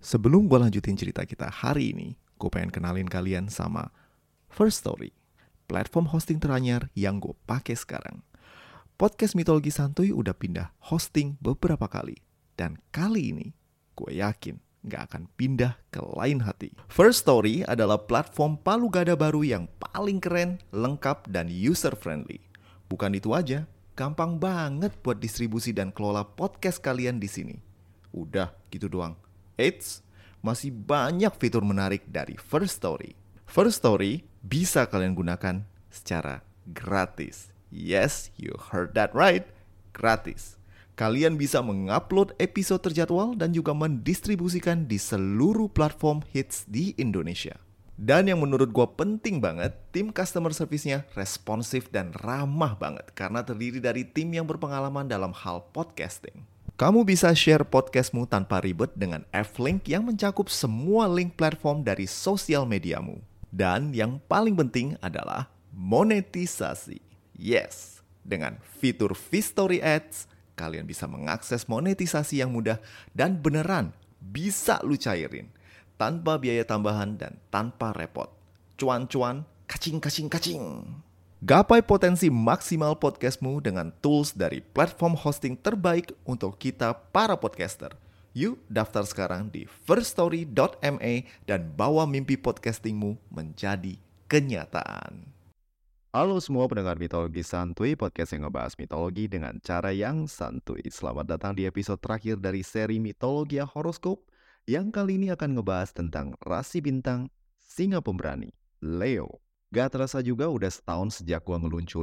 Sebelum gue lanjutin cerita kita hari ini, gue pengen kenalin kalian sama First Story, platform hosting teranyar yang gue pakai sekarang. Podcast Mitologi Santuy udah pindah hosting beberapa kali, dan kali ini gue yakin gak akan pindah ke lain hati. First Story adalah platform palu gada baru yang paling keren, lengkap, dan user-friendly. Bukan itu aja, gampang banget buat distribusi dan kelola podcast kalian di sini. Udah gitu doang. Eits, masih banyak fitur menarik dari First Story. First Story bisa kalian gunakan secara gratis. Yes, you heard that right, gratis. Kalian bisa mengupload episode terjadwal dan juga mendistribusikan di seluruh platform hits di Indonesia. Dan yang menurut gue penting banget, tim customer service-nya responsif dan ramah banget karena terdiri dari tim yang berpengalaman dalam hal podcasting. Kamu bisa share podcastmu tanpa ribet dengan F-Link yang mencakup semua link platform dari sosial mediamu. Dan yang paling penting adalah monetisasi. Yes, dengan fitur V-Story Ads, kalian bisa mengakses monetisasi yang mudah dan beneran bisa lu cairin. Tanpa biaya tambahan dan tanpa repot. Cuan-cuan, kacing-kacing-kacing. Gapai potensi maksimal podcastmu dengan tools dari platform hosting terbaik untuk kita para podcaster. Yuk daftar sekarang di firststory.me dan bawa mimpi podcastingmu menjadi kenyataan. Halo semua pendengar Mitologi Santuy, podcast yang ngebahas mitologi dengan cara yang santuy. Selamat datang di episode terakhir dari seri Mitologia Horoskop yang kali ini akan ngebahas tentang rasi bintang Singa Pemberani, Leo. Gak terasa juga udah setahun sejak gua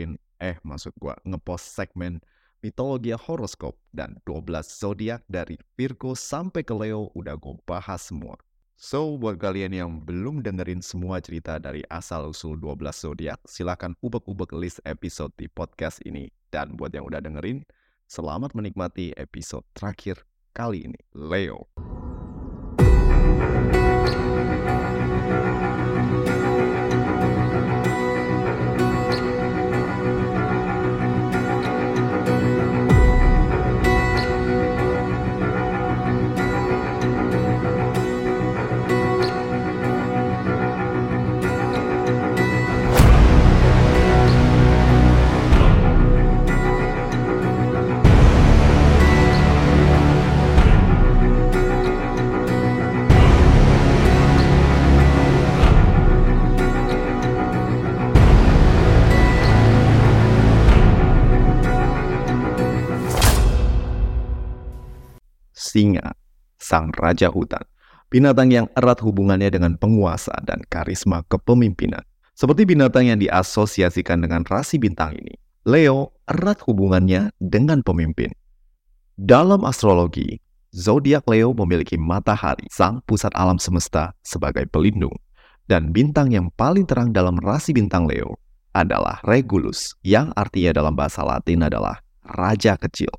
ngepost segmen Mitologia Horoskop dan 12 zodiak dari Virgo sampai ke Leo udah gue bahas semua. So, buat kalian yang belum dengerin semua cerita dari asal-usul 12 zodiak, silakan ubek-ubek list episode di podcast ini. Dan buat yang udah dengerin, selamat menikmati episode terakhir kali ini, Leo. Singa, sang raja hutan. Binatang yang erat hubungannya dengan penguasa dan karisma kepemimpinan. Seperti binatang yang diasosiasikan dengan rasi bintang ini, Leo erat hubungannya dengan pemimpin. Dalam astrologi, zodiak Leo memiliki matahari, sang pusat alam semesta, sebagai pelindung. Dan bintang yang paling terang dalam rasi bintang Leo adalah Regulus, yang artinya dalam bahasa Latin adalah raja kecil.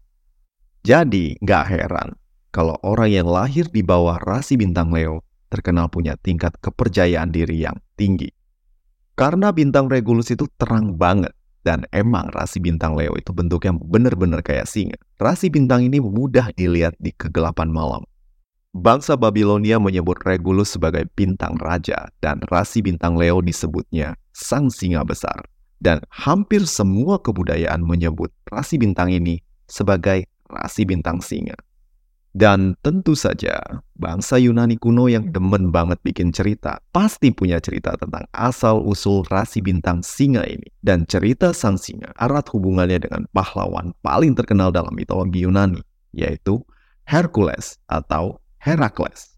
Jadi, gak heran kalau orang yang lahir di bawah rasi bintang Leo terkenal punya tingkat kepercayaan diri yang tinggi. Karena bintang Regulus itu terang banget, dan emang rasi bintang Leo itu bentuknya bener-bener kayak singa. Rasi bintang ini mudah dilihat di kegelapan malam. Bangsa Babilonia menyebut Regulus sebagai bintang raja, dan rasi bintang Leo disebutnya sang singa besar. Dan hampir semua kebudayaan menyebut rasi bintang ini sebagai rasi bintang singa. Dan tentu saja, bangsa Yunani kuno yang demen banget bikin cerita pasti punya cerita tentang asal-usul rasi bintang singa ini. Dan cerita sang singa erat hubungannya dengan pahlawan paling terkenal dalam mitologi Yunani, yaitu Hercules atau Herakles.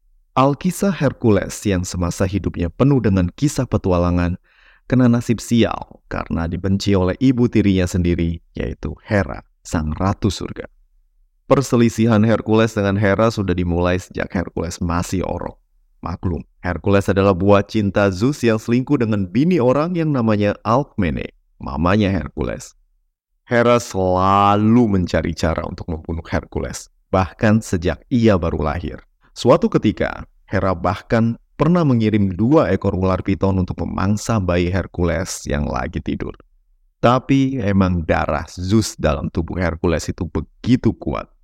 Alkisah Hercules yang semasa hidupnya penuh dengan kisah petualangan kena nasib sial karena dibenci oleh ibu tirinya sendiri, yaitu Hera, sang ratu surga. Perselisihan Hercules dengan Hera sudah dimulai sejak Hercules masih orok. Maklum, Hercules adalah buah cinta Zeus yang selingkuh dengan bini orang yang namanya Alcmene, mamanya Hercules. Hera selalu mencari cara untuk membunuh Hercules, bahkan sejak ia baru lahir. Suatu ketika, Hera bahkan pernah mengirim 2 ekor ular piton untuk memangsa bayi Hercules yang lagi tidur. Tapi emang darah Zeus dalam tubuh Hercules itu begitu kuat.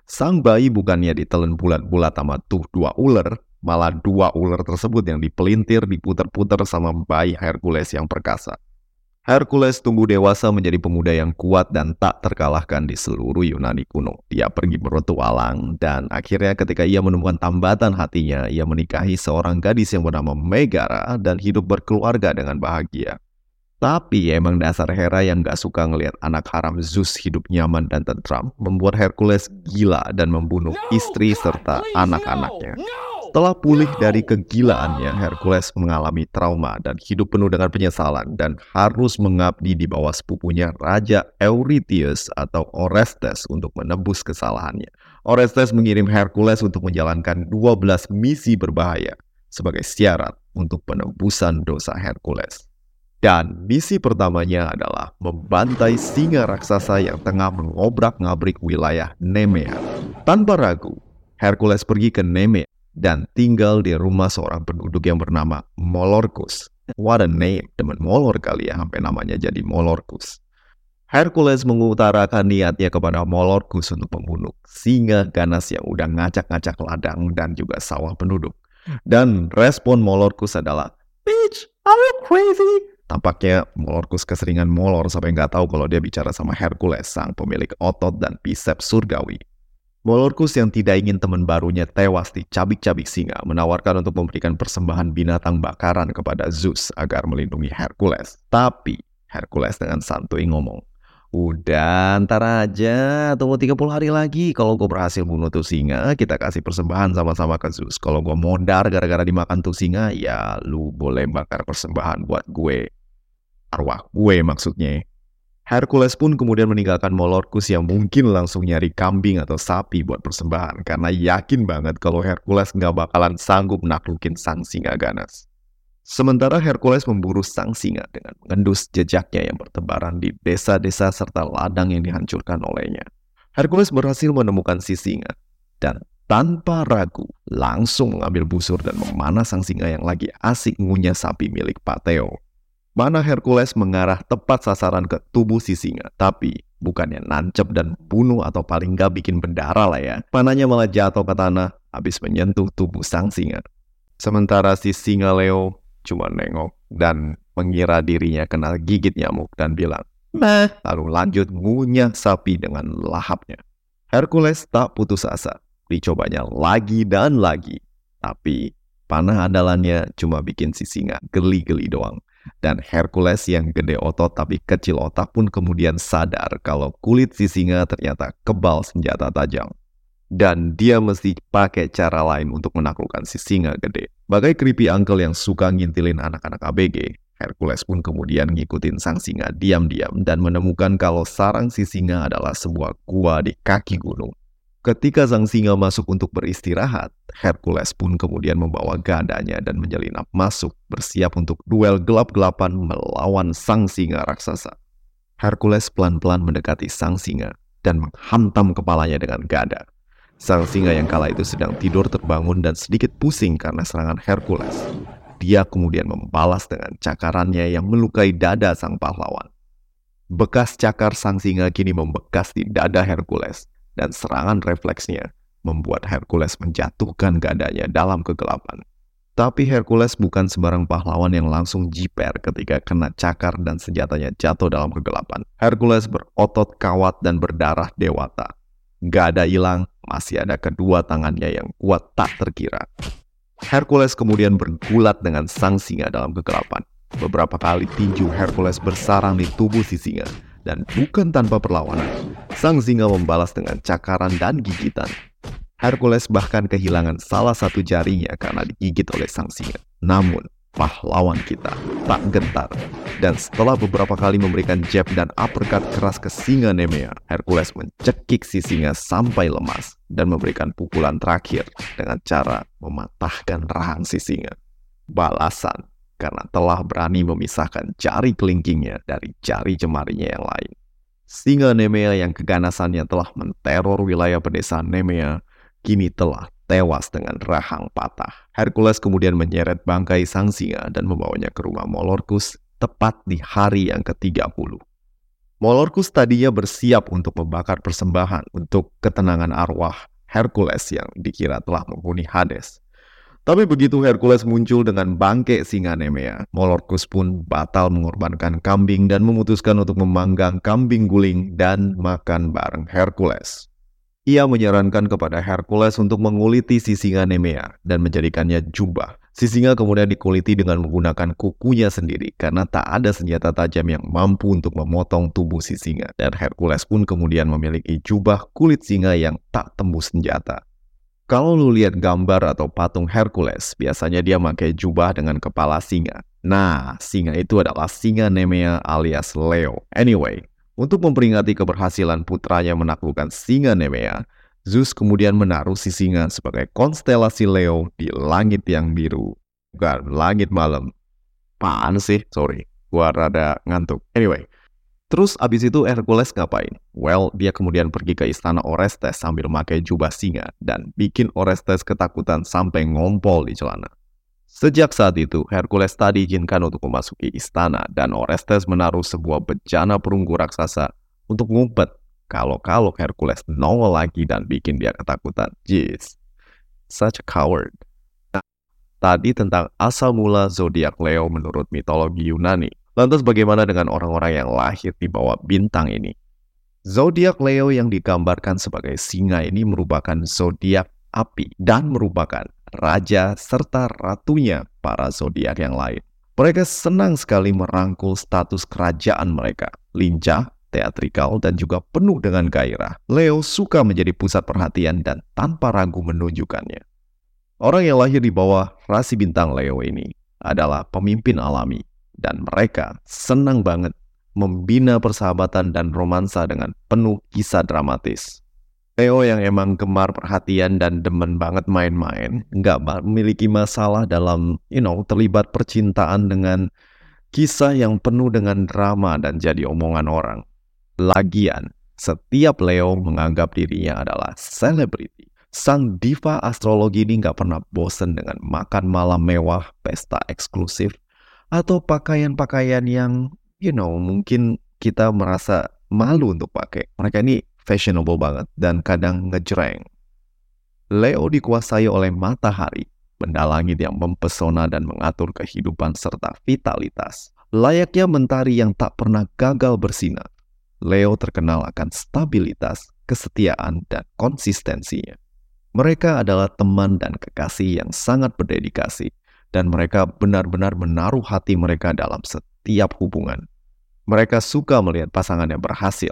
Sang bayi bukannya ditelan bulat-bulat sama tuh 2 ular, malah 2 ular tersebut yang dipelintir diputer-puter sama bayi Hercules yang perkasa. Hercules tumbuh dewasa menjadi pemuda yang kuat dan tak terkalahkan di seluruh Yunani kuno. Dia pergi bertualang dan akhirnya ketika ia menemukan tambatan hatinya, ia menikahi seorang gadis yang bernama Megara dan hidup berkeluarga dengan bahagia. Tapi emang dasar Hera yang gak suka ngelihat anak haram Zeus hidup nyaman dan tentram membuat Hercules gila dan membunuh istri serta anak-anaknya. Setelah pulih dari kegilaannya, Hercules mengalami trauma dan hidup penuh dengan penyesalan dan harus mengabdi di bawah sepupunya Raja Eurystheus atau Orestes untuk menebus kesalahannya. Orestes mengirim Hercules untuk menjalankan 12 misi berbahaya sebagai syarat untuk penebusan dosa Hercules. Dan misi pertamanya adalah membantai singa raksasa yang tengah mengobrak-ngabrik wilayah Nemea. Tanpa ragu, Hercules pergi ke Nemea dan tinggal di rumah seorang penduduk yang bernama Molorcus. What a name, teman molor kali ya, sampai namanya jadi Molorcus. Hercules mengutarakan niatnya kepada Molorcus untuk membunuh singa ganas yang udah ngacak-ngacak ladang dan juga sawah penduduk. Dan respon Molorcus adalah, "Bitch, are you crazy?" Tampaknya Molorcus keseringan molor sampai nggak tahu kalau dia bicara sama Hercules, sang pemilik otot dan biceps surgawi. Molorcus yang tidak ingin teman barunya tewas dicabik-cabik singa menawarkan untuk memberikan persembahan binatang bakaran kepada Zeus agar melindungi Hercules. Tapi Hercules dengan santuy ngomong, "Udah, ntar aja, tunggu 30 hari lagi. Kalau gue berhasil bunuh tuh singa, kita kasih persembahan sama-sama ke Zeus. Kalau gue modar gara-gara dimakan tuh singa, ya lu boleh bakar persembahan buat gue. Arwah gue maksudnya." Hercules pun kemudian meninggalkan Molorcus yang mungkin langsung nyari kambing atau sapi buat persembahan karena yakin banget kalau Hercules nggak bakalan sanggup naklukin sang singa ganas. Sementara Hercules memburu sang singa dengan mengendus jejaknya yang bertebaran di desa-desa serta ladang yang dihancurkan olehnya. Hercules berhasil menemukan si singa dan tanpa ragu langsung mengambil busur dan memanah sang singa yang lagi asik ngunyah sapi milik Pak Theo. Mana Hercules mengarah tepat sasaran ke tubuh si singa, tapi bukannya nancep dan bunuh atau paling nggak bikin berdarah lah ya. Panahnya malah jatuh ke tanah habis menyentuh tubuh sang singa. Sementara si singa Leo cuma nengok dan mengira dirinya kena gigit nyamuk dan bilang, "Meh," lalu lanjut ngunyah sapi dengan lahapnya. Hercules tak putus asa, dicobanya lagi dan lagi. Tapi panah andalannya cuma bikin si singa geli-geli doang. Dan Hercules yang gede otot tapi kecil otak pun kemudian sadar kalau kulit si singa ternyata kebal senjata tajam. Dan dia mesti pakai cara lain untuk menaklukkan si singa gede. Bagai creepy uncle yang suka ngintilin anak-anak ABG, Hercules pun kemudian ngikutin sang singa diam-diam dan menemukan kalau sarang si singa adalah sebuah gua di kaki gunung. Ketika sang singa masuk untuk beristirahat, Hercules pun kemudian membawa gadanya dan menyelinap masuk bersiap untuk duel gelap-gelapan melawan sang singa raksasa. Hercules pelan-pelan mendekati sang singa dan menghantam kepalanya dengan gada. Sang singa yang kala itu sedang tidur terbangun dan sedikit pusing karena serangan Hercules. Dia kemudian membalas dengan cakarannya yang melukai dada sang pahlawan. Bekas cakar sang singa kini membekas di dada Hercules. Dan serangan refleksnya membuat Hercules menjatuhkan gadanya dalam kegelapan. Tapi Hercules bukan sembarang pahlawan yang langsung jiper ketika kena cakar dan senjatanya jatuh dalam kegelapan. Hercules berotot kawat dan berdarah dewata. Gada hilang, masih ada kedua tangannya yang kuat tak terkira. Hercules kemudian bergulat dengan sang singa dalam kegelapan. Beberapa kali tinju Hercules bersarang di tubuh si singa. Dan bukan tanpa perlawanan, sang singa membalas dengan cakaran dan gigitan. Hercules bahkan kehilangan salah satu jarinya karena digigit oleh sang singa. Namun, pahlawan kita tak gentar. Dan setelah beberapa kali memberikan jab dan uppercut keras ke singa Nemea, Hercules mencekik si singa sampai lemas dan memberikan pukulan terakhir dengan cara mematahkan rahang si singa. Balasan karena telah berani memisahkan jari kelingkingnya dari jari jemarinya yang lain. Singa Nemea yang keganasannya telah menteror wilayah pedesaan Nemea, kini telah tewas dengan rahang patah. Hercules kemudian menyeret bangkai sang singa dan membawanya ke rumah Molorcus tepat di hari yang ke-30. Molorkus tadinya bersiap untuk membakar persembahan untuk ketenangan arwah Hercules yang dikira telah menghuni Hades. Tapi begitu Hercules muncul dengan bangke singa Nemea, Molorkus pun batal mengorbankan kambing dan memutuskan untuk memanggang kambing guling dan makan bareng Hercules. Ia menyarankan kepada Hercules untuk menguliti si singa Nemea dan menjadikannya jubah. Si singa kemudian dikuliti dengan menggunakan kukunya sendiri karena tak ada senjata tajam yang mampu untuk memotong tubuh si singa. Dan Hercules pun kemudian memiliki jubah kulit singa yang tak tembus senjata. Kalau lu lihat gambar atau patung Hercules, biasanya dia pakai jubah dengan kepala singa. Nah, singa itu adalah singa Nemea alias Leo. Anyway, untuk memperingati keberhasilan putranya menaklukkan singa Nemea, Zeus kemudian menaruh si singa sebagai konstelasi Leo di langit yang biru. Bukan, langit malam. Apaan sih? Sorry, gua rada ngantuk. Anyway, terus abis itu Hercules ngapain? Well, dia kemudian pergi ke istana Orestes sambil memakai jubah singa dan bikin Orestes ketakutan sampai ngompol di celana. Sejak saat itu, Hercules tak diizinkan untuk memasuki istana dan Orestes menaruh sebuah bejana perunggu raksasa untuk ngumpet kalau Hercules nongol lagi dan bikin dia ketakutan. Jeez, such a coward. Nah, tadi tentang asal mula zodiak Leo menurut mitologi Yunani. Lantas bagaimana dengan orang-orang yang lahir di bawah bintang ini? Zodiak Leo yang digambarkan sebagai singa ini merupakan zodiak api dan merupakan raja serta ratunya para zodiak yang lain. Mereka senang sekali merangkul status kerajaan mereka, lincah, teatrikal, dan juga penuh dengan gairah. Leo suka menjadi pusat perhatian dan tanpa ragu menunjukkannya. Orang yang lahir di bawah rasi bintang Leo ini adalah pemimpin alami. Dan mereka senang banget membina persahabatan dan romansa dengan penuh kisah dramatis. Leo yang emang gemar perhatian dan demen banget main-main, nggak memiliki masalah dalam, terlibat percintaan dengan kisah yang penuh dengan drama dan jadi omongan orang. Lagian, setiap Leo menganggap dirinya adalah selebriti. Sang diva astrologi ini nggak pernah bosen dengan makan malam mewah, pesta eksklusif, atau pakaian-pakaian yang, mungkin kita merasa malu untuk pakai. Mereka ini fashionable banget dan kadang ngejreng. Leo dikuasai oleh matahari, benda langit yang mempesona dan mengatur kehidupan serta vitalitas. Layaknya mentari yang tak pernah gagal bersinar, Leo terkenal akan stabilitas, kesetiaan, dan konsistensinya. Mereka adalah teman dan kekasih yang sangat berdedikasi, dan mereka benar-benar menaruh hati mereka dalam setiap hubungan. Mereka suka melihat pasangannya berhasil,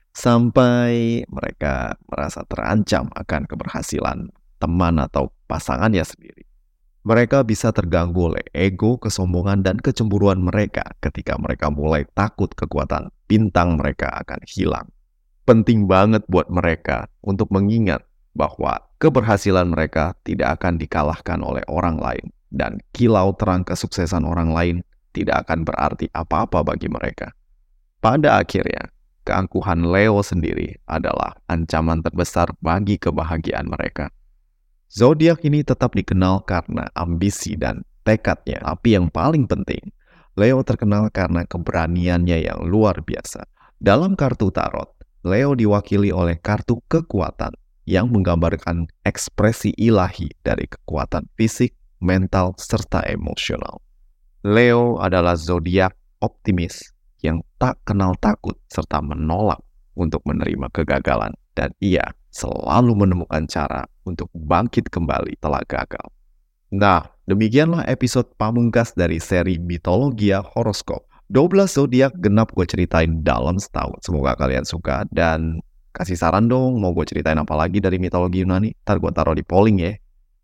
sampai mereka merasa terancam akan keberhasilan teman atau pasangannya sendiri. Mereka bisa terganggu oleh ego, kesombongan, dan kecemburuan mereka ketika mereka mulai takut kekuatan bintang mereka akan hilang. Penting banget buat mereka untuk mengingat bahwa keberhasilan mereka tidak akan dikalahkan oleh orang lain. Dan kilau terang kesuksesan orang lain tidak akan berarti apa-apa bagi mereka. Pada akhirnya, keangkuhan Leo sendiri adalah ancaman terbesar bagi kebahagiaan mereka. Zodiak ini tetap dikenal karena ambisi dan tekadnya, tapi yang paling penting, Leo terkenal karena keberaniannya yang luar biasa. Dalam kartu tarot, Leo diwakili oleh kartu kekuatan yang menggambarkan ekspresi ilahi dari kekuatan fisik, mental, serta emosional. Leo adalah zodiak optimis yang tak kenal takut serta menolak untuk menerima kegagalan. Dan ia selalu menemukan cara untuk bangkit kembali setelah gagal. Nah, demikianlah episode pamungkas dari seri Mitologia Horoskop. 12 zodiak genap gue ceritain dalam setahun. Semoga kalian suka dan kasih saran dong mau gue ceritain apa lagi dari mitologi Yunani. Ntar gue taruh di polling ya.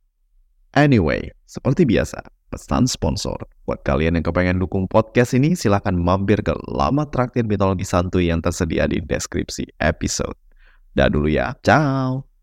Anyway, seperti biasa, pesan sponsor. Buat kalian yang kepengen dukung podcast ini, silahkan mampir ke laman traktir mitologi santuy yang tersedia di deskripsi episode. Dah dulu ya, ciao!